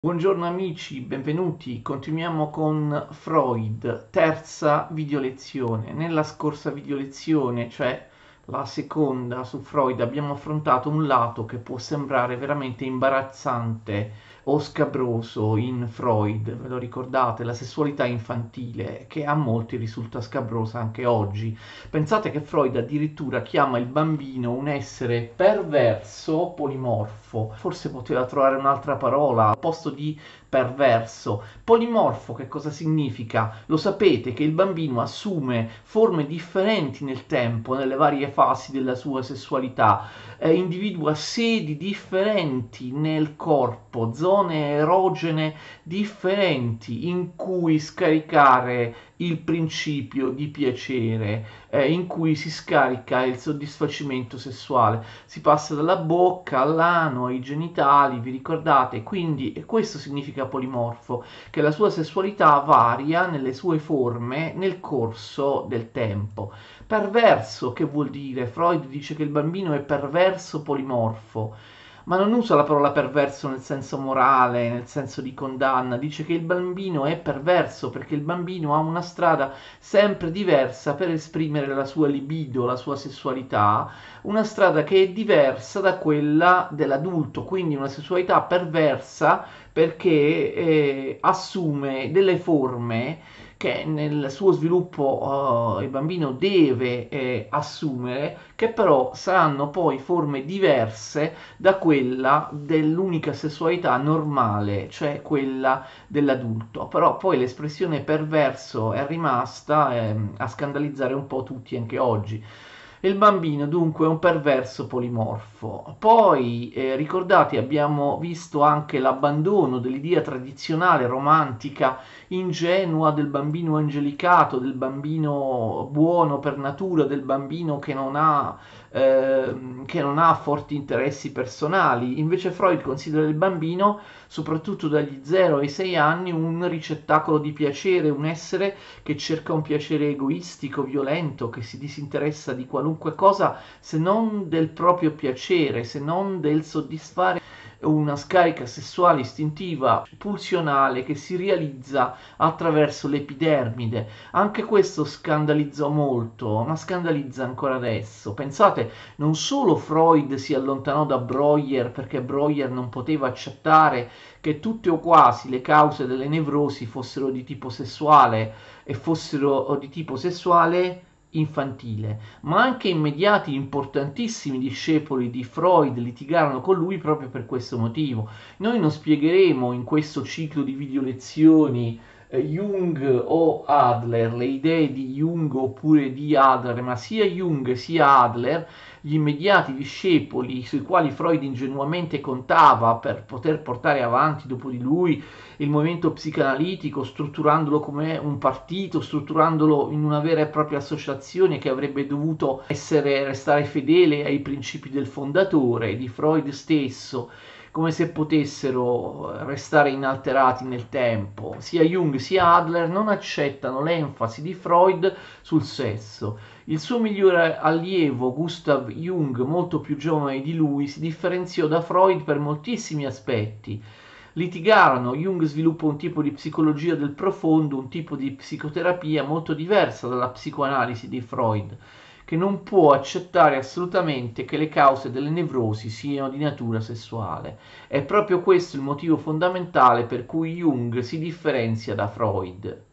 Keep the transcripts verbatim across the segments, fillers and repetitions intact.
Buongiorno amici, benvenuti. Continuiamo con Freud, terza videolezione. Nella scorsa videolezione, cioè la seconda su Freud, abbiamo affrontato un lato che può sembrare veramente imbarazzante o scabroso in Freud. Ve lo ricordate? La sessualità infantile, che a molti risulta scabrosa anche oggi. Pensate che Freud addirittura chiama il bambino un essere perverso polimorfo. Forse poteva trovare un'altra parola al posto di perverso. Polimorfo che cosa significa? Lo sapete che il bambino assume forme differenti nel tempo, nelle varie fasi della sua sessualità, eh, individua sedi differenti nel corpo, zone erogene differenti in cui scaricare il principio di piacere, eh, in cui si scarica il soddisfacimento sessuale. Si passa dalla bocca all'ano, ai genitali, vi ricordate? Quindi questo significa polimorfo, che la sua sessualità varia nelle sue forme nel corso del tempo. Perverso, che vuol dire? Freud dice che il bambino è perverso polimorfo, ma non usa la parola perverso nel senso morale, nel senso di condanna, dice che il bambino è perverso perché il bambino ha una strada sempre diversa per esprimere la sua libido, la sua sessualità, una strada che è diversa da quella dell'adulto, quindi una sessualità perversa perché eh, assume delle forme che nel suo sviluppo uh, il bambino deve eh, assumere, che però saranno poi forme diverse da quella dell'unica sessualità normale, cioè quella dell'adulto. Però poi l'espressione perverso è rimasta eh, a scandalizzare un po' tutti anche oggi. Il bambino dunque è un perverso polimorfo. Poi eh, ricordate, abbiamo visto anche l'abbandono dell'idea tradizionale romantica ingenua del bambino angelicato, del bambino buono per natura, del bambino che non ha, eh, che non ha forti interessi personali. Invece Freud considera il bambino, soprattutto dagli zero ai sei anni, un ricettacolo di piacere, un essere che cerca un piacere egoistico, violento, che si disinteressa di qualunque cosa se non del proprio piacere, se non del soddisfare una scarica sessuale istintiva pulsionale che si realizza attraverso l'epidermide. Anche questo scandalizzò molto, ma scandalizza ancora adesso. Pensate, non solo Freud si allontanò da Breuer perché Breuer non poteva accettare che tutte o quasi le cause delle nevrosi fossero di tipo sessuale e fossero di tipo sessuale infantile, ma anche immediati importantissimi discepoli di Freud litigarono con lui proprio per questo motivo. Noi non spiegheremo in questo ciclo di video lezioni eh, Jung o Adler, le idee di Jung oppure di Adler, ma sia Jung sia Adler, gli immediati discepoli sui quali Freud ingenuamente contava per poter portare avanti dopo di lui il movimento psicanalitico, strutturandolo come un partito, strutturandolo in una vera e propria associazione che avrebbe dovuto essere, restare fedele ai principi del fondatore, di Freud stesso, come se potessero restare inalterati nel tempo. Sia Jung sia Adler non accettano l'enfasi di Freud sul sesso. Il suo migliore allievo, Gustav Jung, molto più giovane di lui, si differenziò da Freud per moltissimi aspetti. Litigarono, Jung sviluppò un tipo di psicologia del profondo, un tipo di psicoterapia molto diversa dalla psicoanalisi di Freud, che non può accettare assolutamente che le cause delle nevrosi siano di natura sessuale. È proprio questo il motivo fondamentale per cui Jung si differenzia da Freud.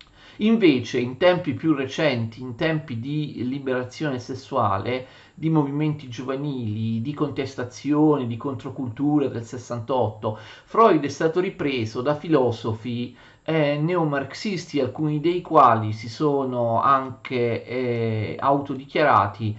Invece, in tempi più recenti, in tempi di liberazione sessuale, di movimenti giovanili, di contestazione, di controcultura del sessantotto, Freud è stato ripreso da filosofi eh, neomarxisti, alcuni dei quali si sono anche eh, autodichiarati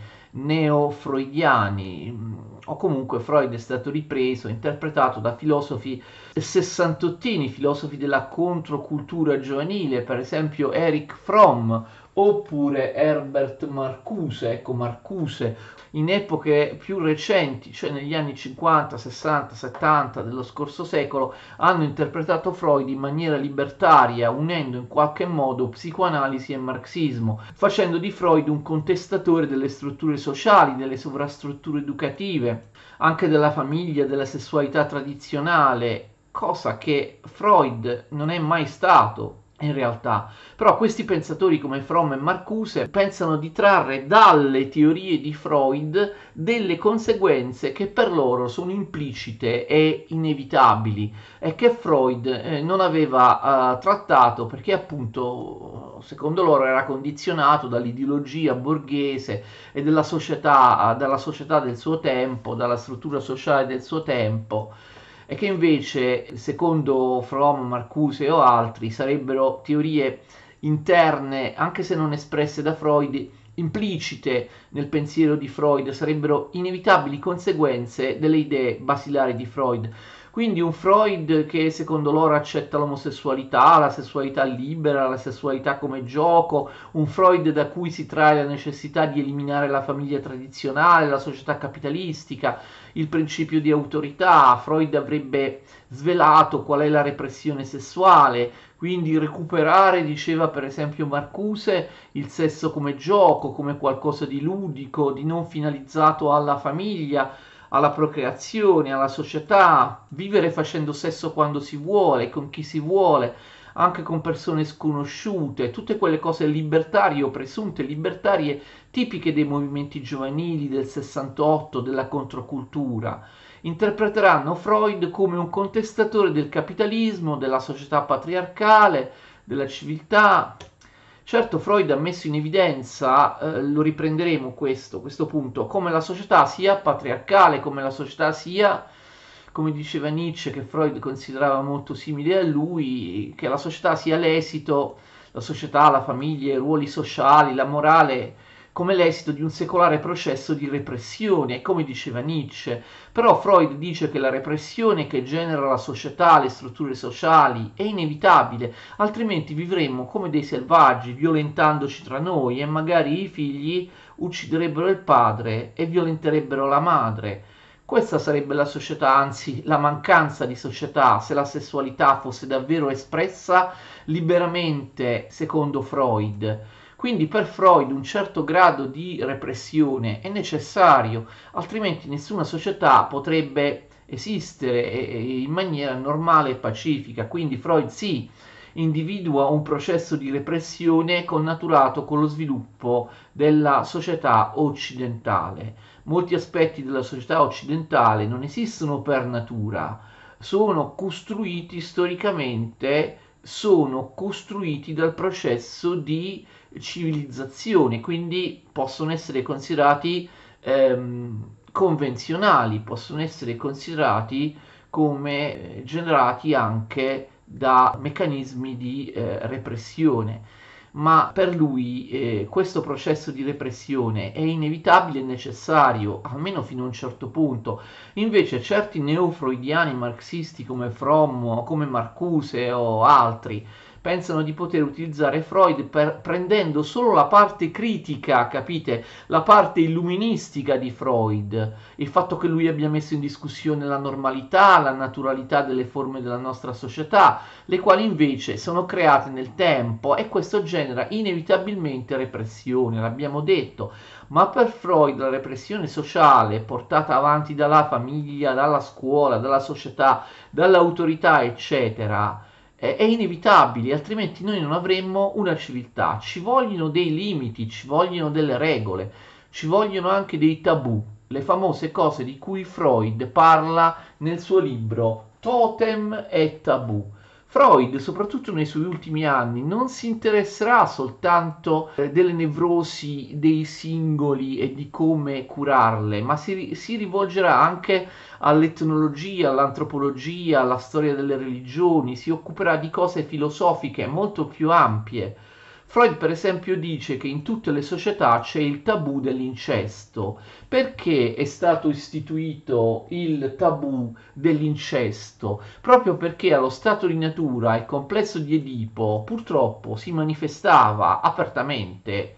neo-freudiani, o comunque Freud è stato ripreso, interpretato da filosofi sessantottini, filosofi della controcultura giovanile, per esempio Erich Fromm oppure Herbert Marcuse, ecco Marcuse, in epoche più recenti, cioè negli anni cinquanta, sessanta, settanta dello scorso secolo, hanno interpretato Freud in maniera libertaria, unendo in qualche modo psicoanalisi e marxismo, facendo di Freud un contestatore delle strutture sociali, delle sovrastrutture educative, anche della famiglia, della sessualità tradizionale, cosa che Freud non è mai stato in realtà. Però questi pensatori come Fromm e Marcuse pensano di trarre dalle teorie di Freud delle conseguenze che per loro sono implicite e inevitabili e che Freud eh, non aveva eh, trattato perché appunto secondo loro era condizionato dall'ideologia borghese e della società, dalla società del suo tempo, dalla struttura sociale del suo tempo, e che invece, secondo Fromm, Marcuse o altri, sarebbero teorie interne, anche se non espresse da Freud, implicite nel pensiero di Freud, sarebbero inevitabili conseguenze delle idee basilari di Freud. Quindi un Freud che secondo loro accetta l'omosessualità, la sessualità libera, la sessualità come gioco, un Freud da cui si trae la necessità di eliminare la famiglia tradizionale, la società capitalistica, il principio di autorità. Freud avrebbe svelato qual è la repressione sessuale, quindi recuperare, diceva per esempio Marcuse, il sesso come gioco, come qualcosa di ludico, di non finalizzato alla famiglia, alla procreazione, alla società, vivere facendo sesso quando si vuole, con chi si vuole, anche con persone sconosciute, tutte quelle cose libertarie o presunte libertarie tipiche dei movimenti giovanili del sessantotto, della controcultura. Interpreteranno Freud come un contestatore del capitalismo, della società patriarcale, della civiltà. Certo, Freud ha messo in evidenza, eh, lo riprenderemo questo, questo punto, come la società sia patriarcale, come la società sia, come diceva Nietzsche, che Freud considerava molto simile a lui, che la società sia l'esito, la società, la famiglia, i ruoli sociali, la morale, come l'esito di un secolare processo di repressione, come diceva Nietzsche. Però Freud dice che la repressione che genera la società, le strutture sociali, è inevitabile, altrimenti vivremmo come dei selvaggi, violentandoci tra noi, e magari i figli ucciderebbero il padre e violenterebbero la madre. Questa sarebbe la società, anzi la mancanza di società, se la sessualità fosse davvero espressa liberamente, secondo Freud. Quindi per Freud un certo grado di repressione è necessario, altrimenti nessuna società potrebbe esistere in maniera normale e pacifica. Quindi Freud sì, individua un processo di repressione connaturato con lo sviluppo della società occidentale. Molti aspetti della società occidentale non esistono per natura, sono costruiti storicamente, sono costruiti dal processo di civilizzazione, quindi possono essere considerati ehm, convenzionali, possono essere considerati come eh, generati anche da meccanismi di eh, repressione. Ma per lui eh, questo processo di repressione è inevitabile e necessario, almeno fino a un certo punto. Invece certi neofreudiani marxisti come Fromm, come Marcuse o altri pensano di poter utilizzare Freud per, prendendo solo la parte critica, capite? La parte illuministica di Freud, il fatto che lui abbia messo in discussione la normalità, la naturalità delle forme della nostra società, le quali invece sono create nel tempo, e questo genera inevitabilmente repressione, l'abbiamo detto. Ma per Freud la repressione sociale portata avanti dalla famiglia, dalla scuola, dalla società, dall'autorità, eccetera, è inevitabile, altrimenti noi non avremmo una civiltà. Ci vogliono dei limiti, ci vogliono delle regole, ci vogliono anche dei tabù, le famose cose di cui Freud parla nel suo libro Totem e Tabù. Freud, soprattutto nei suoi ultimi anni, non si interesserà soltanto eh, delle nevrosi dei singoli e di come curarle, ma si, si rivolgerà anche all'etnologia, all'antropologia, alla storia delle religioni, si occuperà di cose filosofiche molto più ampie. Freud, per esempio, dice che in tutte le società c'è il tabù dell'incesto. Perché è stato istituito il tabù dell'incesto? Proprio perché allo stato di natura il complesso di Edipo purtroppo si manifestava apertamente.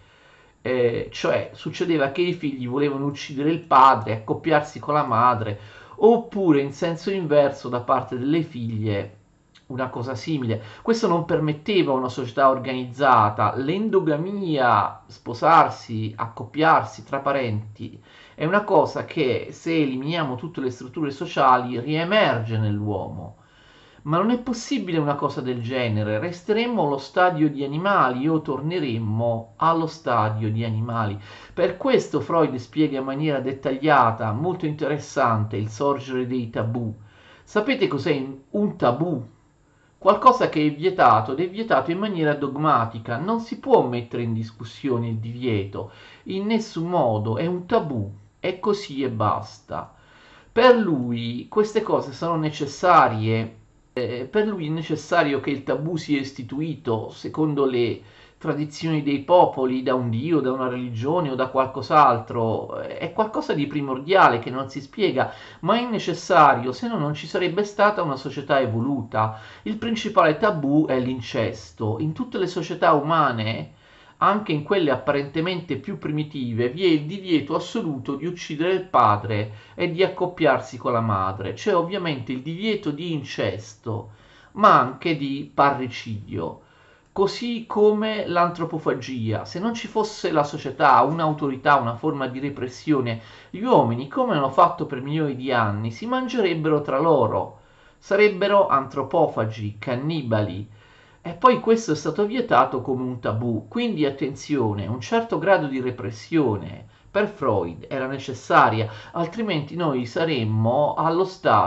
Eh, cioè succedeva che i figli volevano uccidere il padre, accoppiarsi con la madre, oppure in senso inverso da parte delle figlie una cosa simile. Questo non permetteva una società organizzata. L'endogamia, sposarsi, accoppiarsi tra parenti, è una cosa che, se eliminiamo tutte le strutture sociali, riemerge nell'uomo. Ma non è possibile una cosa del genere, resteremmo allo stadio di animali o torneremmo allo stadio di animali. Per questo Freud spiega in maniera dettagliata, molto interessante, il sorgere dei tabù. Sapete cos'è un tabù? Qualcosa che è vietato ed è vietato in maniera dogmatica, non si può mettere in discussione il divieto, in nessun modo, è un tabù, è così e basta. Per lui queste cose sono necessarie, eh, per lui è necessario che il tabù sia istituito secondo le tradizioni dei popoli, da un dio, da una religione o da qualcos'altro, è qualcosa di primordiale che non si spiega, ma è necessario, se no non ci sarebbe stata una società evoluta. Il principale tabù è l'incesto. In tutte le società umane, anche in quelle apparentemente più primitive, vi è il divieto assoluto di uccidere il padre e di accoppiarsi con la madre. C'è ovviamente il divieto di incesto, ma anche di parricidio. Così come l'antropofagia. Se non ci fosse la società, un'autorità, una forma di repressione, gli uomini, come hanno fatto per milioni di anni, si mangerebbero tra loro. Sarebbero antropofagi, cannibali. E poi questo è stato vietato come un tabù. Quindi attenzione, un certo grado di repressione per Freud era necessaria, altrimenti noi saremmo allo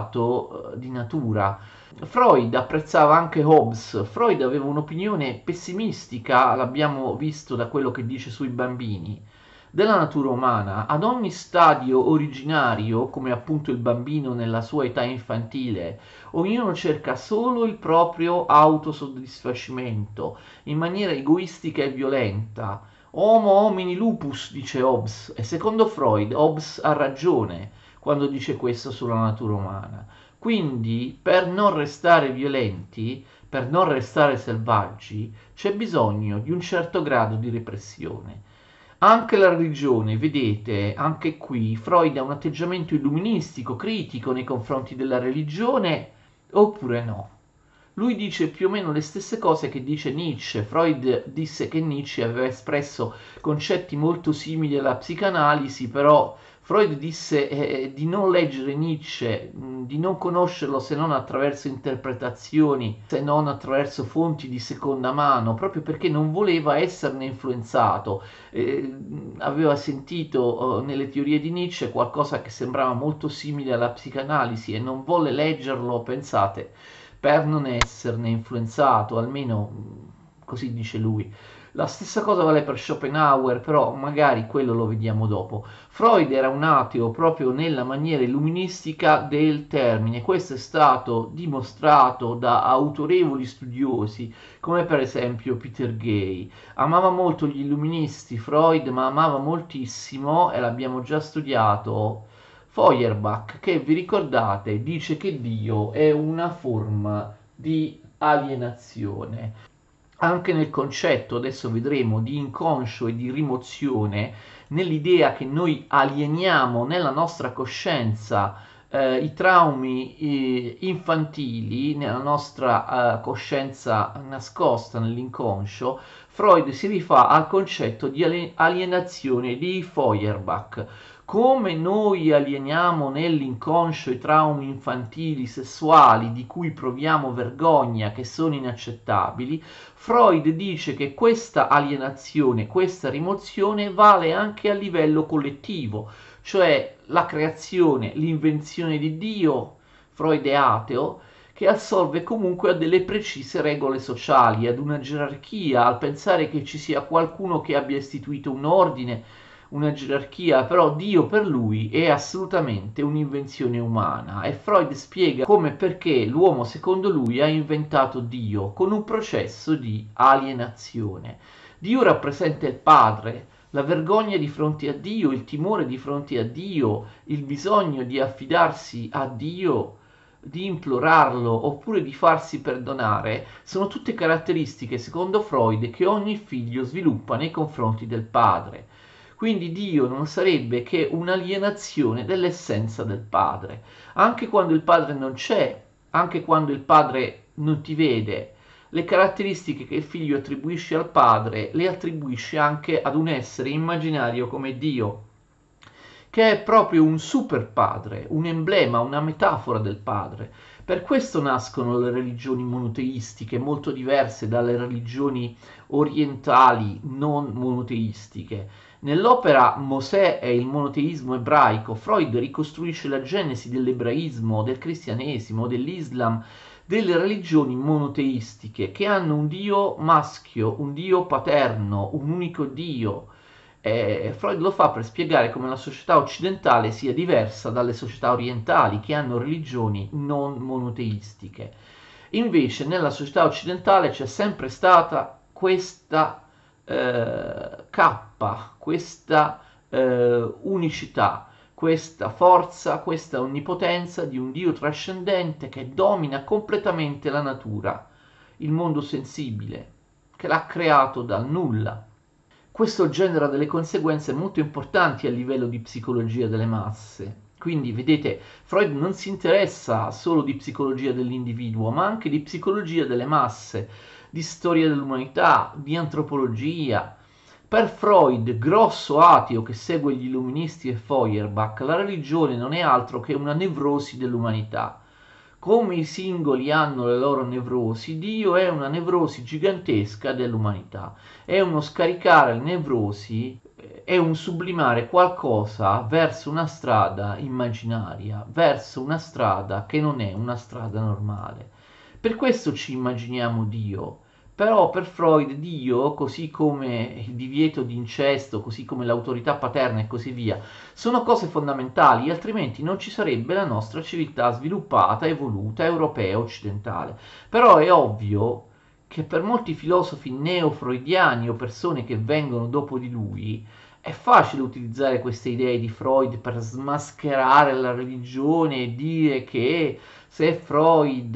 stato di natura. Freud apprezzava anche Hobbes. Freud aveva un'opinione pessimistica, l'abbiamo visto da quello che dice sui bambini, della natura umana. Ad ogni stadio originario, come appunto il bambino nella sua età infantile, ognuno cerca solo il proprio autosoddisfacimento, in maniera egoistica e violenta. Homo homini lupus, dice Hobbes, e secondo Freud Hobbes ha ragione quando dice questo sulla natura umana. Quindi, per non restare violenti, per non restare selvaggi, c'è bisogno di un certo grado di repressione. Anche la religione, vedete, anche qui Freud ha un atteggiamento illuministico, critico nei confronti della religione, oppure no? Lui dice più o meno le stesse cose che dice Nietzsche. Freud disse che Nietzsche aveva espresso concetti molto simili alla psicanalisi, però Freud disse eh, di non leggere Nietzsche, mh, di non conoscerlo se non attraverso interpretazioni, se non attraverso fonti di seconda mano, proprio perché non voleva esserne influenzato. Eh, aveva sentito eh, nelle teorie di Nietzsche qualcosa che sembrava molto simile alla psicanalisi e non volle leggerlo, pensate, per non esserne influenzato, almeno così dice lui. La stessa cosa vale per Schopenhauer, però magari quello lo vediamo dopo. Freud era un ateo proprio nella maniera illuministica del termine. Questo è stato dimostrato da autorevoli studiosi, come per esempio Peter Gay. Amava molto gli illuministi Freud, ma amava moltissimo, e l'abbiamo già studiato, Feuerbach, che vi ricordate dice che Dio è una forma di alienazione. Anche nel concetto, adesso vedremo, di inconscio e di rimozione, nell'idea che noi alieniamo nella nostra coscienza eh, i traumi eh, infantili, nella nostra eh, coscienza nascosta nell'inconscio, Freud si rifà al concetto di alienazione di Feuerbach. Come noi alieniamo nell'inconscio i traumi infantili sessuali di cui proviamo vergogna, che sono inaccettabili, Freud dice che questa alienazione, questa rimozione vale anche a livello collettivo, cioè la creazione, l'invenzione di Dio. Freud è ateo, che assolve comunque a delle precise regole sociali, ad una gerarchia, al pensare che ci sia qualcuno che abbia istituito un ordine, una gerarchia, però Dio per lui è assolutamente un'invenzione umana, e Freud spiega come e perché l'uomo secondo lui ha inventato Dio con un processo di alienazione. Dio rappresenta il padre, la vergogna di fronte a Dio, il timore di fronte a Dio, il bisogno di affidarsi a Dio, di implorarlo oppure di farsi perdonare, sono tutte caratteristiche secondo Freud che ogni figlio sviluppa nei confronti del padre. Quindi Dio non sarebbe che un'alienazione dell'essenza del padre. Anche quando il padre non c'è, anche quando il padre non ti vede, le caratteristiche che il figlio attribuisce al padre le attribuisce anche ad un essere immaginario come Dio, che è proprio un super padre, un emblema, una metafora del padre. Per questo nascono le religioni monoteistiche, molto diverse dalle religioni orientali non monoteistiche. Nell'opera Mosè e il monoteismo ebraico, Freud ricostruisce la genesi dell'ebraismo, del cristianesimo, dell'Islam, delle religioni monoteistiche che hanno un Dio maschio, un Dio paterno, un unico Dio. Eh, Freud lo fa per spiegare come la società occidentale sia diversa dalle società orientali che hanno religioni non monoteistiche. Invece nella società occidentale c'è sempre stata questa eh, cappa, questa eh, unicità, questa forza, questa onnipotenza di un Dio trascendente che domina completamente la natura, il mondo sensibile, che l'ha creato dal nulla. Questo genera delle conseguenze molto importanti a livello di psicologia delle masse. Quindi, vedete, Freud non si interessa solo di psicologia dell'individuo, ma anche di psicologia delle masse, di storia dell'umanità, di antropologia. Per Freud, grosso ateo che segue gli illuministi e Feuerbach, la religione non è altro che una nevrosi dell'umanità. Come i singoli hanno le loro nevrosi, Dio è una nevrosi gigantesca dell'umanità. È uno scaricare le nevrosi, è un sublimare qualcosa verso una strada immaginaria, verso una strada che non è una strada normale. Per questo ci immaginiamo Dio. Però per Freud Dio, così come il divieto di incesto, così come l'autorità paterna e così via, sono cose fondamentali, altrimenti non ci sarebbe la nostra civiltà sviluppata, evoluta, europea, occidentale. Però è ovvio che per molti filosofi neo-freudiani o persone che vengono dopo di lui, è facile utilizzare queste idee di Freud per smascherare la religione e dire che se Freud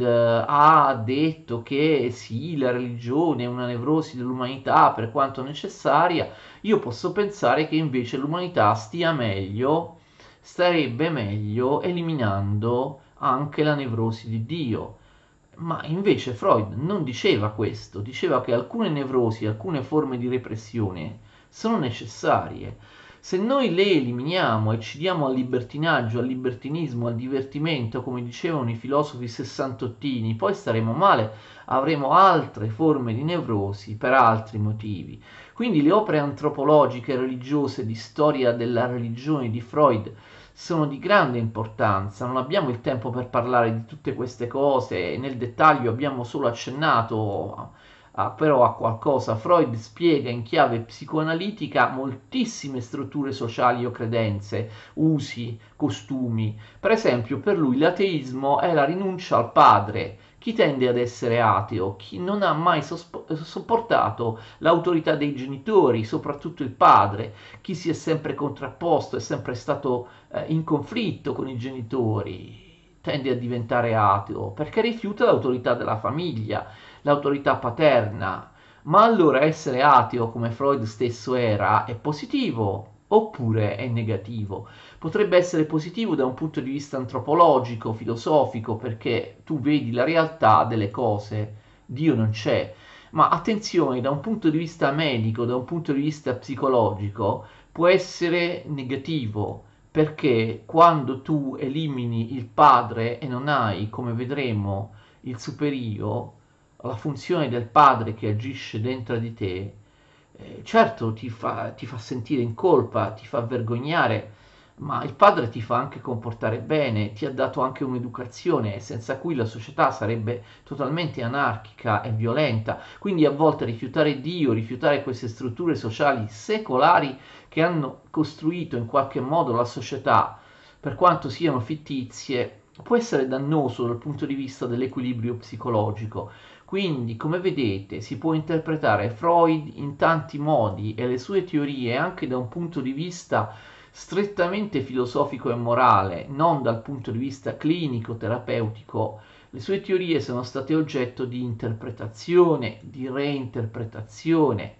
ha detto che sì, la religione è una nevrosi dell'umanità per quanto necessaria, io posso pensare che invece l'umanità stia meglio, starebbe meglio eliminando anche la nevrosi di Dio. Ma invece Freud non diceva questo, diceva che alcune nevrosi, alcune forme di repressione sono necessarie. Se noi le eliminiamo e ci diamo al libertinaggio, al libertinismo, al divertimento, come dicevano i filosofi sessantottini, poi staremo male, avremo altre forme di nevrosi per altri motivi. Quindi le opere antropologiche e religiose di storia della religione di Freud sono di grande importanza. Non abbiamo il tempo per parlare di tutte queste cose, nel dettaglio abbiamo solo accennato a, a, però a qualcosa. Freud spiega in chiave psicoanalitica moltissime strutture sociali o credenze, usi, costumi. Per esempio, per lui l'ateismo è la rinuncia al padre. Chi tende ad essere ateo? Chi non ha mai sospo- sopportato l'autorità dei genitori, soprattutto il padre, chi si è sempre contrapposto, è sempre stato eh, in conflitto con i genitori, tende a diventare ateo perché rifiuta l'autorità della famiglia, l'autorità paterna. Ma allora essere ateo, come Freud stesso era, è positivo oppure è negativo? Potrebbe essere positivo da un punto di vista antropologico, filosofico, perché tu vedi la realtà delle cose, Dio non c'è. Ma attenzione, da un punto di vista medico, da un punto di vista psicologico, può essere negativo, perché quando tu elimini il padre e non hai, come vedremo, il superio, la funzione del padre che agisce dentro di te, eh, certo ti fa, ti fa sentire in colpa, ti fa vergognare, ma il padre ti fa anche comportare bene, ti ha dato anche un'educazione senza cui la società sarebbe totalmente anarchica e violenta. Quindi a volte rifiutare Dio, rifiutare queste strutture sociali secolari che hanno costruito in qualche modo la società, per quanto siano fittizie, può essere dannoso dal punto di vista dell'equilibrio psicologico. Quindi, come vedete, si può interpretare Freud in tanti modi e le sue teorie anche da un punto di vista strettamente filosofico e morale, non dal punto di vista clinico, terapeutico. Le sue teorie sono state oggetto di interpretazione, di reinterpretazione,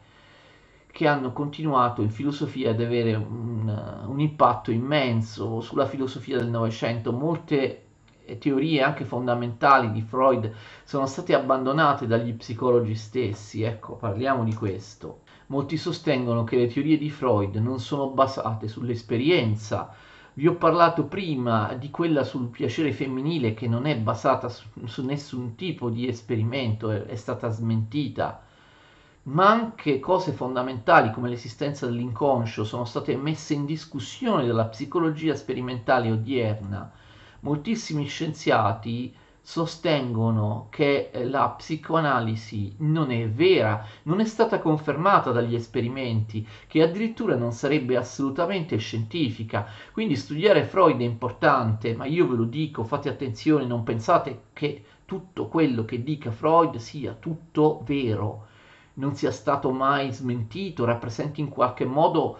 che hanno continuato in filosofia ad avere un, un impatto immenso sulla filosofia del Novecento. Molte teorie anche fondamentali di Freud sono state abbandonate dagli psicologi stessi. Ecco, parliamo di questo. Molti sostengono che le teorie di Freud non sono basate sull'esperienza, Vi ho parlato prima di quella sul piacere femminile che non è basata su, su nessun tipo di esperimento, è, è stata smentita, ma anche cose fondamentali come l'esistenza dell'inconscio sono state messe in discussione dalla psicologia sperimentale odierna. Moltissimi scienziati sostengono che la psicoanalisi non è vera, non è stata confermata dagli esperimenti, che addirittura non sarebbe assolutamente scientifica. Quindi studiare Freud è importante, ma io ve lo dico, fate attenzione, non pensate che tutto quello che dica Freud sia tutto vero, non sia stato mai smentito, rappresenti in qualche modo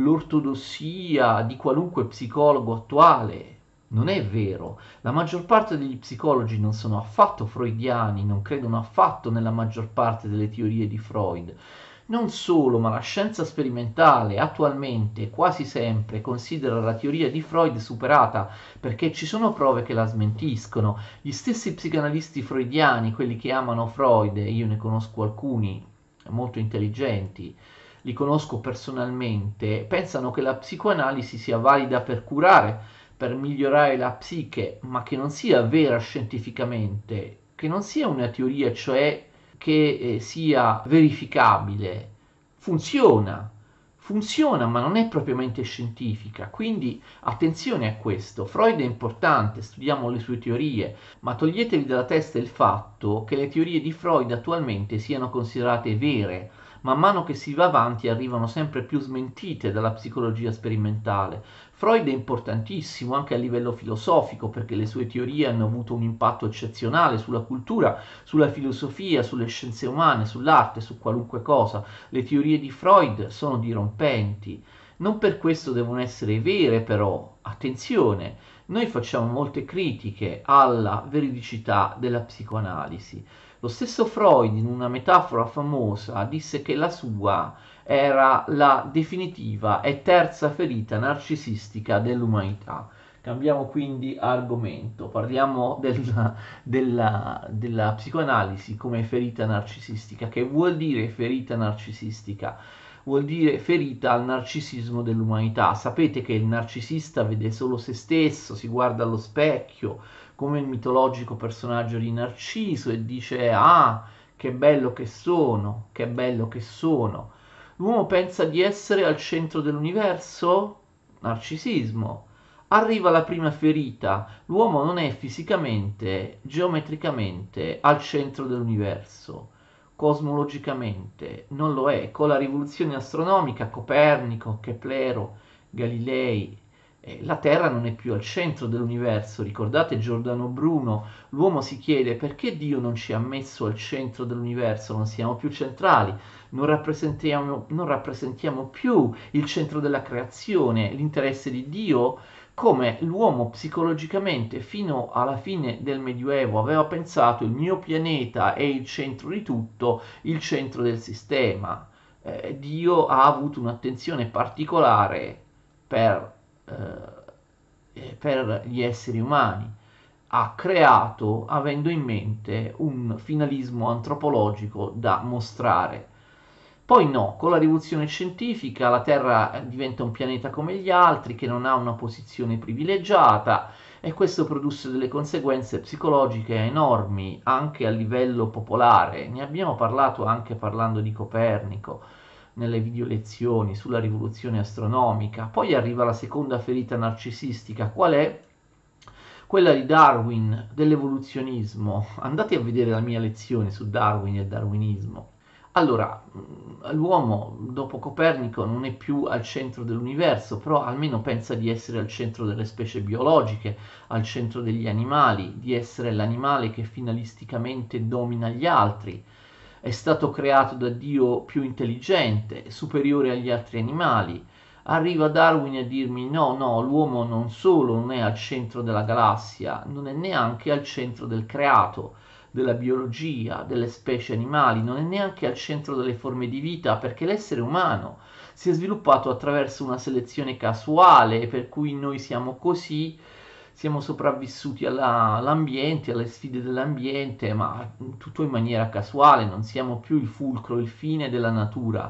l'ortodossia di qualunque psicologo attuale. Non è vero. La maggior parte degli psicologi non sono affatto freudiani, non credono affatto nella maggior parte delle teorie di Freud. Non solo, ma la scienza sperimentale attualmente quasi sempre considera la teoria di Freud superata perché ci sono prove che la smentiscono. Gli stessi psicanalisti freudiani, quelli che amano Freud, e io ne conosco alcuni molto intelligenti, li conosco personalmente, pensano che la psicoanalisi sia valida per curare, per migliorare la psiche, ma che non sia vera scientificamente, che non sia una teoria, cioè che eh, sia verificabile. Funziona, funziona, ma non è propriamente scientifica. Quindi attenzione a questo. Freud è importante, studiamo le sue teorie, ma toglietevi dalla testa il fatto che le teorie di Freud attualmente siano considerate vere. Man mano che si va avanti arrivano sempre più smentite dalla psicologia sperimentale. Freud è importantissimo anche a livello filosofico perché le sue teorie hanno avuto un impatto eccezionale sulla cultura, sulla filosofia, sulle scienze umane, sull'arte, su qualunque cosa. Le teorie di Freud sono dirompenti. Non per questo devono essere vere, però, attenzione, noi facciamo molte critiche alla veridicità della psicoanalisi. Lo stesso Freud, in una metafora famosa, disse che la sua era la definitiva e terza ferita narcisistica dell'umanità. Cambiamo quindi argomento, parliamo della, della, della psicoanalisi come ferita narcisistica. Che vuol dire ferita narcisistica? Vuol dire ferita al narcisismo dell'umanità. Sapete che il narcisista vede solo se stesso, si guarda allo specchio, come il mitologico personaggio di Narciso e dice ah, che bello che sono, che bello che sono. L'uomo pensa di essere al centro dell'universo? Narcisismo. Arriva la prima ferita. L'uomo non è fisicamente, geometricamente al centro dell'universo. Cosmologicamente non lo è. Con la rivoluzione astronomica, Copernico, Keplero, Galilei, eh, la Terra non è più al centro dell'universo. Ricordate Giordano Bruno? L'uomo si chiede perché Dio non ci ha messo al centro dell'universo, non siamo più centrali, non rappresentiamo, non rappresentiamo più il centro della creazione, l'interesse di Dio, come l'uomo psicologicamente fino alla fine del Medioevo aveva pensato il mio pianeta è il centro di tutto, il centro del sistema. Eh, Dio ha avuto un'attenzione particolare per eh, per gli esseri umani, ha creato avendo in mente un finalismo antropologico da mostrare. Poi no, con la rivoluzione scientifica la Terra diventa un pianeta come gli altri che non ha una posizione privilegiata e questo produsse delle conseguenze psicologiche enormi anche a livello popolare. Ne abbiamo parlato anche parlando di Copernico nelle video lezioni sulla rivoluzione astronomica. Poi arriva la seconda ferita narcisistica, qual è? Quella di Darwin, dell'evoluzionismo. Andate a vedere la mia lezione su Darwin e darwinismo. Allora, l'uomo dopo Copernico non è più al centro dell'universo, però almeno pensa di essere al centro delle specie biologiche, al centro degli animali, di essere l'animale che finalisticamente domina gli altri. È stato creato da Dio più intelligente, superiore agli altri animali. Arriva Darwin a dirmi no, no, l'uomo non solo non è al centro della galassia, non è neanche al centro del creato, della biologia, delle specie animali, non è neanche al centro delle forme di vita, perché l'essere umano si è sviluppato attraverso una selezione casuale, per cui noi siamo così, siamo sopravvissuti alla, all'ambiente, alle sfide dell'ambiente, ma tutto in maniera casuale, non siamo più il fulcro, il fine della natura.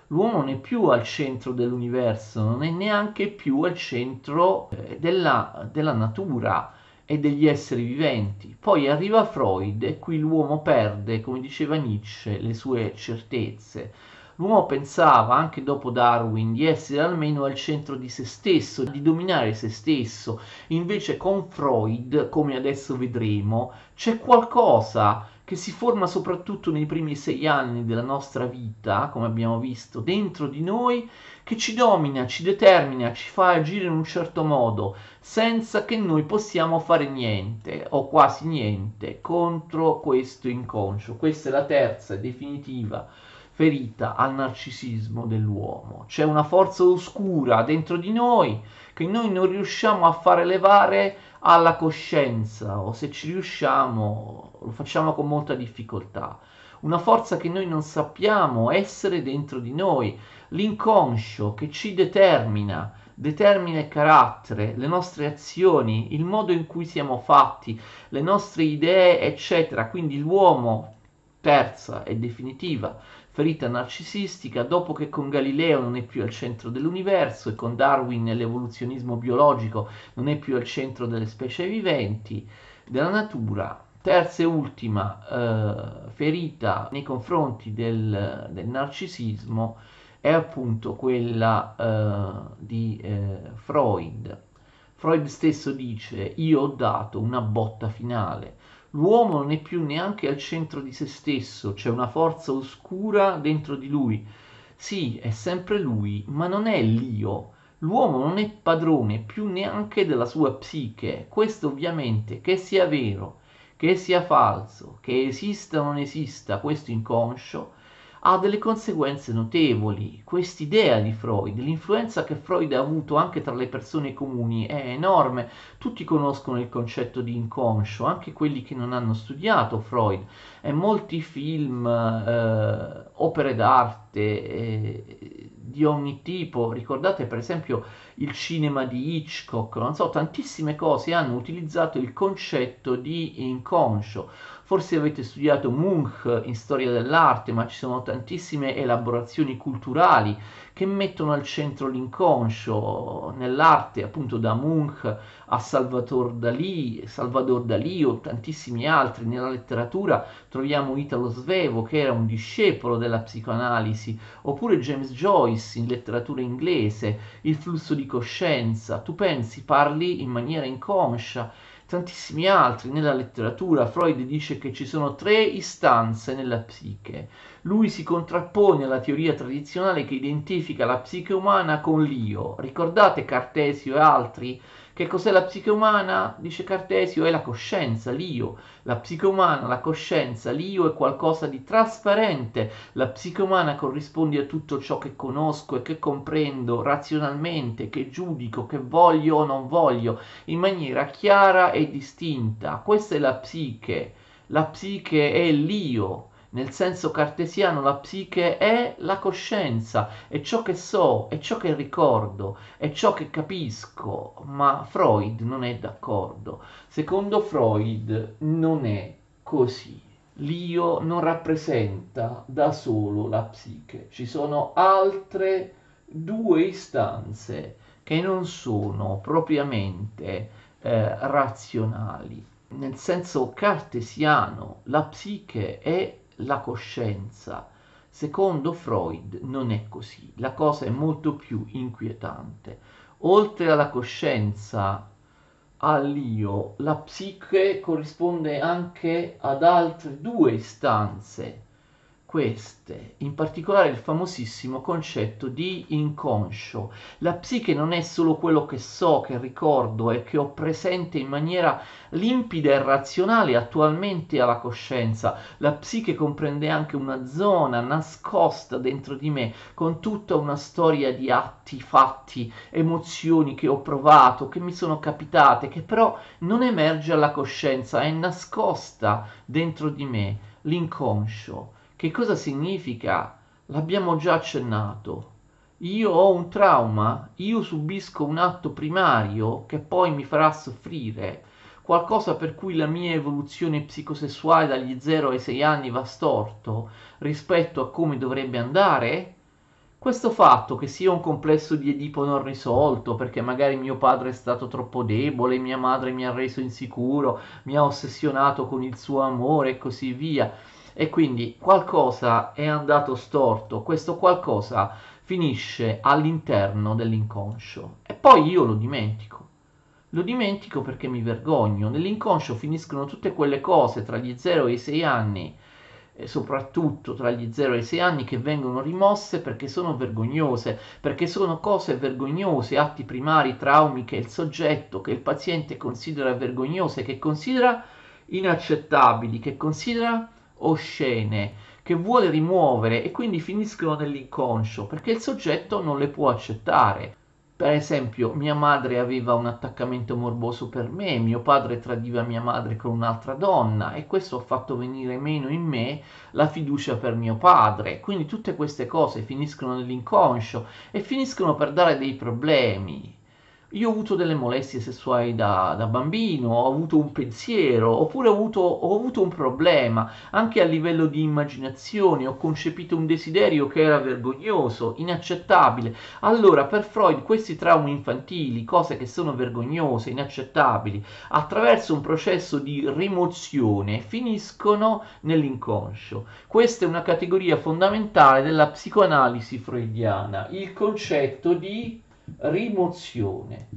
L'uomo non è più al centro dell'universo, non è neanche più al centro eh, della, della natura e degli esseri viventi. Poi arriva Freud e qui l'uomo perde, come diceva Nietzsche, le sue certezze. L'uomo pensava, anche dopo Darwin, di essere almeno al centro di se stesso, di dominare se stesso. Invece con Freud, come adesso vedremo, c'è qualcosa che si forma soprattutto nei primi sei anni della nostra vita, come abbiamo visto, dentro di noi, che ci domina, ci determina, ci fa agire in un certo modo, senza che noi possiamo fare niente, o quasi niente, contro questo inconscio. Questa è la terza e definitiva ferita al narcisismo dell'uomo. C'è una forza oscura dentro di noi che noi non riusciamo a fare levare alla coscienza, o se ci riusciamo lo facciamo con molta difficoltà. Una forza che noi non sappiamo essere dentro di noi, l'inconscio che ci determina, determina il carattere, le nostre azioni, il modo in cui siamo fatti, le nostre idee, eccetera. Quindi l'uomo, terza e definitiva ferita narcisistica, dopo che con Galileo non è più al centro dell'universo e con Darwin l'evoluzionismo biologico non è più al centro delle specie viventi, della natura. Terza e ultima eh, ferita nei confronti del, del narcisismo è appunto quella eh, di eh, Freud. Freud stesso dice: io ho dato una botta finale. L'uomo non è più neanche al centro di se stesso, c'è una forza oscura dentro di lui. Sì, è sempre lui, ma non è l'io. L'uomo non è padrone più neanche della sua psiche. Questo ovviamente, che sia vero, che sia falso, che esista o non esista questo inconscio, ha delle conseguenze notevoli. Quest'idea di Freud, l'influenza che Freud ha avuto anche tra le persone comuni è enorme. Tutti conoscono il concetto di inconscio, anche quelli che non hanno studiato Freud, e molti film, eh, opere d'arte eh, di ogni tipo. Ricordate per esempio il cinema di Hitchcock, non so, tantissime cose hanno utilizzato il concetto di inconscio. Forse avete studiato Munch in storia dell'arte, ma ci sono tantissime elaborazioni culturali che mettono al centro l'inconscio nell'arte, appunto da Munch a Salvador Dalì, Salvador Dalì o tantissimi altri. Nella letteratura troviamo Italo Svevo, che era un discepolo della psicoanalisi, oppure James Joyce in letteratura inglese, il flusso di coscienza. Tu pensi, parli in maniera inconscia. Tantissimi altri nella letteratura. Freud dice che ci sono tre istanze nella psiche. Lui si contrappone alla teoria tradizionale che identifica la psiche umana con l'io. Ricordate Cartesio e altri? Che cos'è la psiche umana? Dice Cartesio, è la coscienza, l'io. La psiche umana, la coscienza, l'io è qualcosa di trasparente. La psiche umana corrisponde a tutto ciò che conosco e che comprendo razionalmente, che giudico, che voglio o non voglio, in maniera chiara e distinta. Questa è la psiche. La psiche è l'io. Nel senso cartesiano la psiche è la coscienza, è ciò che so, è ciò che ricordo, è ciò che capisco, ma Freud non è d'accordo. Secondo Freud non è così. L'io non rappresenta da solo la psiche, ci sono altre due istanze che non sono propriamente eh, razionali. Nel senso cartesiano la psiche è la coscienza. Secondo Freud non è così, la cosa è molto più inquietante. Oltre alla coscienza, all'io, la psiche corrisponde anche ad altre due istanze. Queste, in particolare il famosissimo concetto di inconscio. La psiche non è solo quello che so, che ricordo e che ho presente in maniera limpida e razionale attualmente alla coscienza. La psiche comprende anche una zona nascosta dentro di me, con tutta una storia di atti, fatti, emozioni che ho provato, che mi sono capitate, che però non emerge alla coscienza, è nascosta dentro di me, l'inconscio. Che cosa significa? L'abbiamo già accennato. Io ho un trauma, io subisco un atto primario che poi mi farà soffrire, qualcosa per cui la mia evoluzione psicosessuale dagli zero ai sei anni va storto rispetto a come dovrebbe andare. Questo fatto che sia un complesso di Edipo non risolto, perché magari mio padre è stato troppo debole, mia madre mi ha reso insicuro, mi ha ossessionato con il suo amore e così via, e quindi qualcosa è andato storto, questo qualcosa finisce all'interno dell'inconscio e poi io lo dimentico. Lo dimentico perché mi vergogno. Nell'inconscio finiscono tutte quelle cose tra gli zero e i sei anni, e soprattutto tra gli zero e i sei anni, che vengono rimosse perché sono vergognose, perché sono cose vergognose, atti primari, traumi che il soggetto, che il paziente considera vergognose, che considera inaccettabili, che considera oscene, che vuole rimuovere e quindi finiscono nell'inconscio perché il soggetto non le può accettare. Per esempio, mia madre aveva un attaccamento morboso per me, mio padre tradiva mia madre con un'altra donna e questo ha fatto venire meno in me la fiducia per mio padre. Quindi tutte queste cose finiscono nell'inconscio e finiscono per dare dei problemi. Io ho avuto delle molestie sessuali da, da bambino, ho avuto un pensiero, oppure ho avuto, ho avuto un problema, anche a livello di immaginazione, ho concepito un desiderio che era vergognoso, inaccettabile. Allora, per Freud, questi traumi infantili, cose che sono vergognose, inaccettabili, attraverso un processo di rimozione, finiscono nell'inconscio. Questa è una categoria fondamentale della psicoanalisi freudiana, il concetto di rimozione.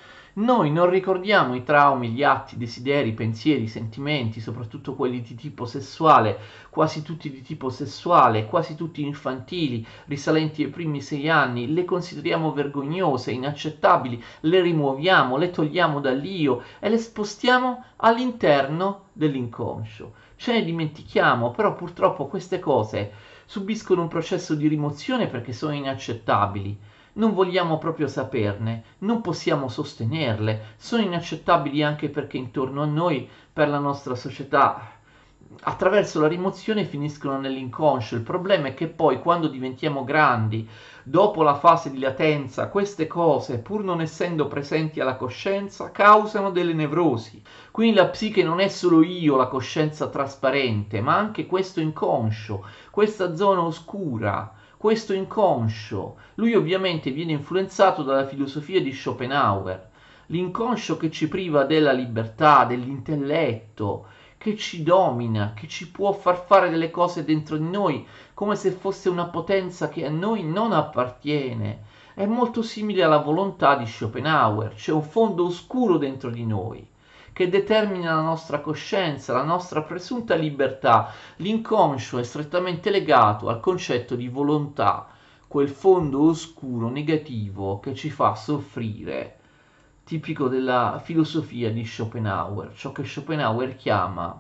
Noi non ricordiamo i traumi, gli atti, i desideri, i pensieri, i sentimenti, soprattutto quelli di tipo sessuale, quasi tutti di tipo sessuale, quasi tutti infantili, risalenti ai primi sei anni, le consideriamo vergognose, inaccettabili, le rimuoviamo, le togliamo dall'io e le spostiamo all'interno dell'inconscio. Ce ne dimentichiamo, però purtroppo queste cose subiscono un processo di rimozione perché sono inaccettabili. Non vogliamo proprio saperne, non possiamo sostenerle, sono inaccettabili anche perché intorno a noi, per la nostra società, attraverso la rimozione finiscono nell'inconscio. Il problema è che poi quando diventiamo grandi, dopo la fase di latenza, queste cose, pur non essendo presenti alla coscienza, causano delle nevrosi. Quindi la psiche non è solo io, la coscienza trasparente, ma anche questo inconscio, questa zona oscura, questo inconscio. Lui ovviamente viene influenzato dalla filosofia di Schopenhauer, l'inconscio che ci priva della libertà, dell'intelletto, che ci domina, che ci può far fare delle cose dentro di noi come se fosse una potenza che a noi non appartiene. È molto simile alla volontà di Schopenhauer, c'è un fondo oscuro dentro di noi che determina la nostra coscienza, la nostra presunta libertà. L'inconscio è strettamente legato al concetto di volontà, quel fondo oscuro negativo che ci fa soffrire, tipico della filosofia di Schopenhauer, ciò che Schopenhauer chiama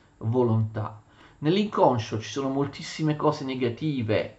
volontà. Nell'inconscio ci sono moltissime cose negative.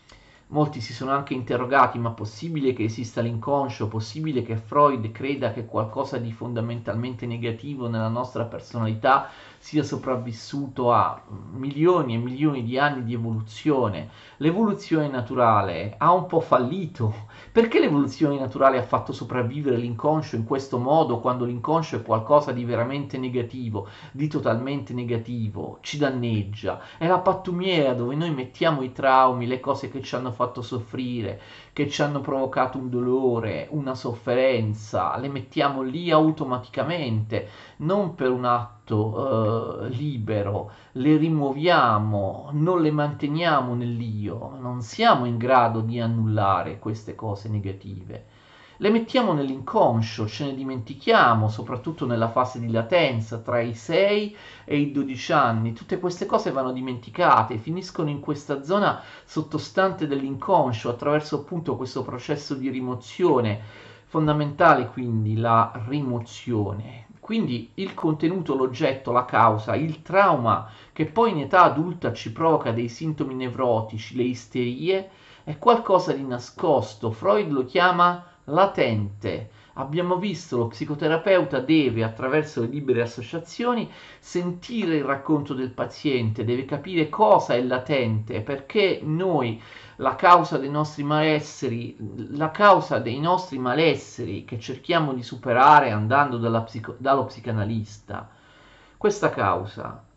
Molti si sono anche interrogati, ma possibile che esista l'inconscio? Possibile che Freud creda che qualcosa di fondamentalmente negativo nella nostra personalità sia sopravvissuto a milioni e milioni di anni di evoluzione? L'evoluzione naturale ha un po' fallito. Perché l'evoluzione naturale ha fatto sopravvivere l'inconscio in questo modo, quando l'inconscio è qualcosa di veramente negativo, di totalmente negativo, ci danneggia? È la pattumiera dove noi mettiamo i traumi, le cose che ci hanno fatto soffrire, che ci hanno provocato un dolore, una sofferenza, le mettiamo lì automaticamente, non per un atto eh, libero, le rimuoviamo, non le manteniamo nell'io, non siamo in grado di annullare queste cose negative. Le mettiamo nell'inconscio, ce ne dimentichiamo, soprattutto nella fase di latenza tra i sei e i dodici anni. Tutte queste cose vanno dimenticate, finiscono in questa zona sottostante dell'inconscio attraverso appunto questo processo di rimozione. Fondamentale quindi la rimozione. Quindi il contenuto, l'oggetto, la causa, il trauma che poi in età adulta ci provoca dei sintomi nevrotici, le isterie, è qualcosa di nascosto. Freud lo chiama latente. Abbiamo visto lo psicoterapeuta deve, attraverso le libere associazioni, sentire il racconto del paziente, deve capire cosa è latente, perché noi la causa dei nostri malesseri, la causa dei nostri malesseri che cerchiamo di superare andando dalla psico- dallo psicanalista, questa causa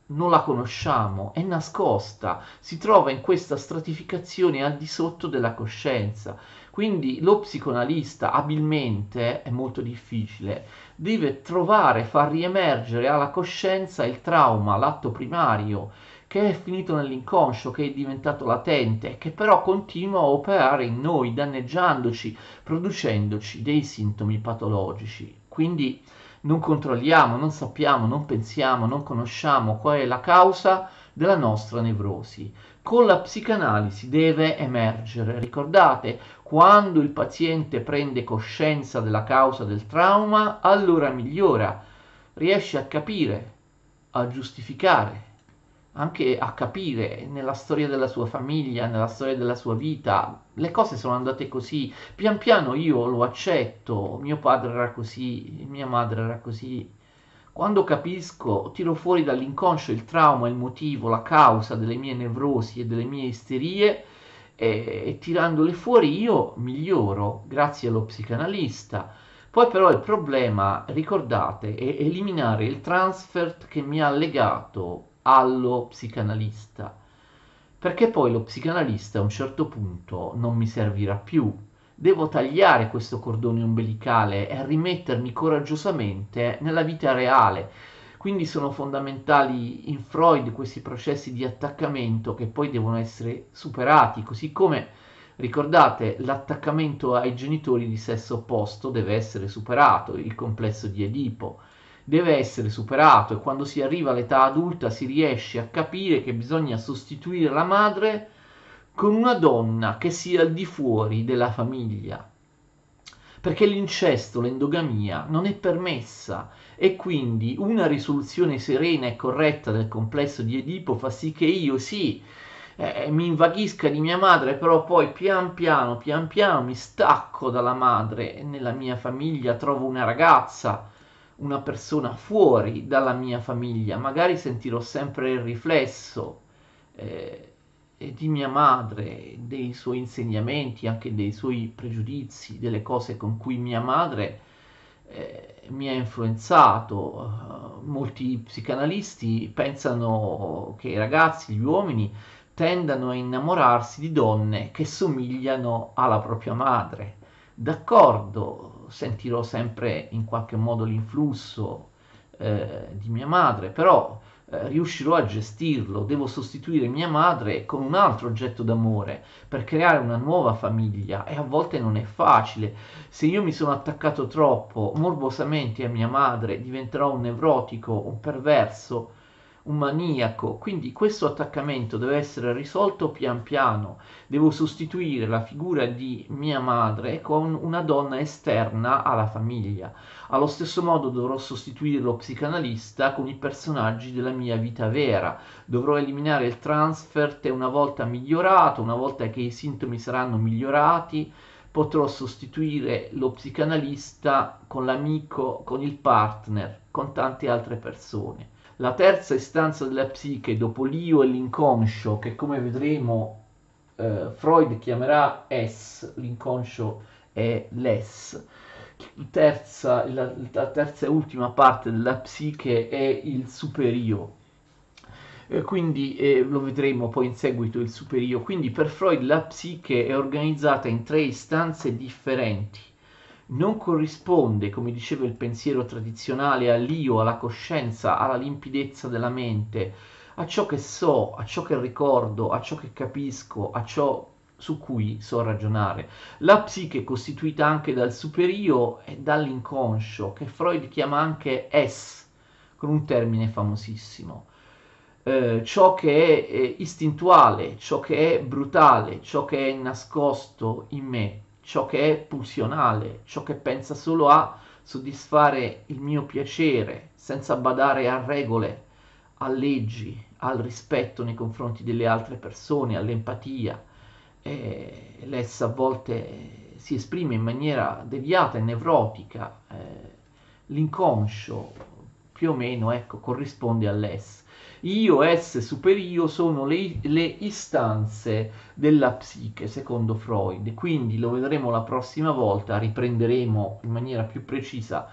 non la conosciamo, è nascosta, si trova in questa stratificazione al di sotto della coscienza. Quindi lo psicoanalista abilmente, è molto difficile, deve trovare, far riemergere alla coscienza il trauma, l'atto primario, che è finito nell'inconscio, che è diventato latente, che però continua a operare in noi, danneggiandoci, producendoci dei sintomi patologici. Quindi non controlliamo, non sappiamo, non pensiamo, non conosciamo qual è la causa della nostra nevrosi. Con la psicanalisi deve emergere. Ricordate, quando il paziente prende coscienza della causa del trauma, allora migliora, riesce a capire, a giustificare, anche a capire nella storia della sua famiglia, nella storia della sua vita, le cose sono andate così, pian piano io lo accetto, mio padre era così, mia madre era così. Quando capisco, tiro fuori dall'inconscio il trauma, il motivo, la causa delle mie nevrosi e delle mie isterie e, e tirandole fuori io miglioro grazie allo psicanalista. Poi però il problema, ricordate, è eliminare il transfert che mi ha legato allo psicanalista, perché poi lo psicanalista a un certo punto non mi servirà più. Devo tagliare questo cordone ombelicale e rimettermi coraggiosamente nella vita reale. Quindi sono fondamentali in Freud questi processi di attaccamento che poi devono essere superati, così come ricordate l'attaccamento ai genitori di sesso opposto deve essere superato, il complesso di Edipo deve essere superato e quando si arriva all'età adulta si riesce a capire che bisogna sostituire la madre con una donna che sia al di fuori della famiglia, perché l'incesto, l'endogamia non è permessa e quindi una risoluzione serena e corretta del complesso di Edipo fa sì che io sì eh, mi invaghisca di mia madre, però poi pian piano, pian piano mi stacco dalla madre e nella mia famiglia trovo una ragazza, una persona fuori dalla mia famiglia, magari sentirò sempre il riflesso eh, di mia madre, dei suoi insegnamenti, anche dei suoi pregiudizi, delle cose con cui mia madre eh, mi ha influenzato. Uh, molti psicanalisti pensano che i ragazzi, gli uomini, tendano a innamorarsi di donne che somigliano alla propria madre. D'accordo, sentirò sempre in qualche modo l'influsso eh, di mia madre, però eh, riuscirò a gestirlo, devo sostituire mia madre con un altro oggetto d'amore per creare una nuova famiglia e a volte non è facile. Se io mi sono attaccato troppo morbosamente a mia madre, diventerò un nevrotico, un perverso, un maniaco, quindi questo attaccamento deve essere risolto pian piano. Devo sostituire la figura di mia madre con una donna esterna alla famiglia. Allo stesso modo dovrò sostituire lo psicanalista con i personaggi della mia vita vera. Dovrò eliminare il transfert e una volta migliorato, una volta che i sintomi saranno migliorati, potrò sostituire lo psicanalista con l'amico, con il partner, con tante altre persone. La terza istanza della psiche, dopo l'io e l'inconscio, che come vedremo eh, Freud chiamerà S, l'inconscio è l'S. Terza, la, la terza e ultima parte della psiche è il superio. Eh, quindi eh, lo vedremo poi in seguito il superio. Quindi per Freud la psiche è organizzata in tre istanze differenti. Non corrisponde, come diceva il pensiero tradizionale, all'io, alla coscienza, alla limpidezza della mente, a ciò che so, a ciò che ricordo, a ciò che capisco, a ciò su cui so ragionare. La psiche è costituita anche dal superio e dall'inconscio, che Freud chiama anche es, con un termine famosissimo. Eh, ciò che è eh, istintuale, ciò che è brutale, ciò che è nascosto in me, ciò che è pulsionale, ciò che pensa solo a soddisfare il mio piacere, senza badare a regole, a leggi, al rispetto nei confronti delle altre persone, all'empatia. Eh, l'essa a volte si esprime in maniera deviata e nevrotica. Eh, l'inconscio, più o meno, ecco, corrisponde all'ess. Io, esse, superio sono le, le istanze della psiche, secondo Freud. Quindi lo vedremo la prossima volta, riprenderemo in maniera più precisa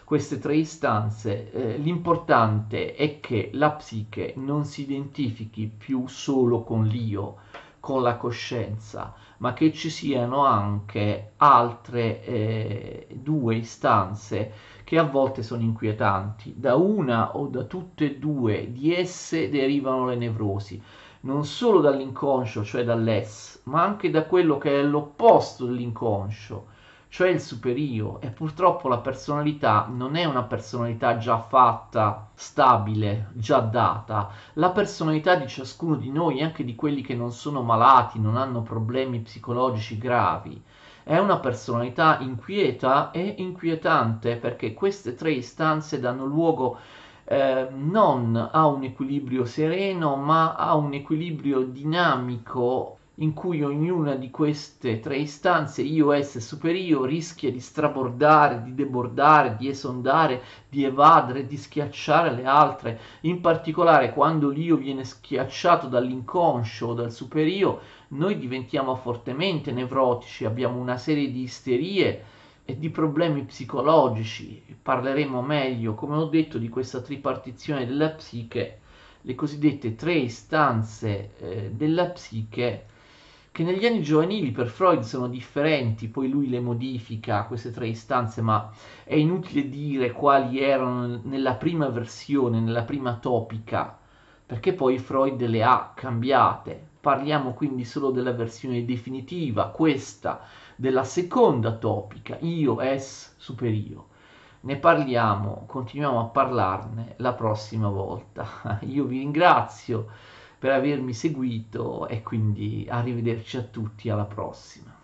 queste tre istanze, eh, l'importante è che la psiche non si identifichi più solo con l'io, con la coscienza, ma che ci siano anche altre eh, due istanze che a volte sono inquietanti. Da una o da tutte e due di esse derivano le nevrosi, non solo dall'inconscio, cioè dall'es, ma anche da quello che è l'opposto dell'inconscio, cioè il superio. E purtroppo la personalità non è una personalità già fatta, stabile, già data. La personalità di ciascuno di noi, anche di quelli che non sono malati, non hanno problemi psicologici gravi, è una personalità inquieta e inquietante, perché queste tre istanze danno luogo eh, non a un equilibrio sereno, ma a un equilibrio dinamico in cui ognuna di queste tre istanze, io, esse, superio, rischia di strabordare, di debordare, di esondare, di evadere, di schiacciare le altre. In particolare quando l'io viene schiacciato dall'inconscio o dal superio, noi diventiamo fortemente nevrotici, abbiamo una serie di isterie e di problemi psicologici. Parleremo meglio, come ho detto, di questa tripartizione della psiche, le cosiddette tre istanze eh, della psiche, che negli anni giovanili per Freud sono differenti, poi lui le modifica, queste tre istanze, ma è inutile dire quali erano nella prima versione, nella prima topica, perché poi Freud le ha cambiate. Parliamo quindi solo della versione definitiva, questa della seconda topica, io, es, superio. Ne parliamo, continuiamo a parlarne la prossima volta. Io vi ringrazio per avermi seguito e quindi arrivederci a tutti alla prossima.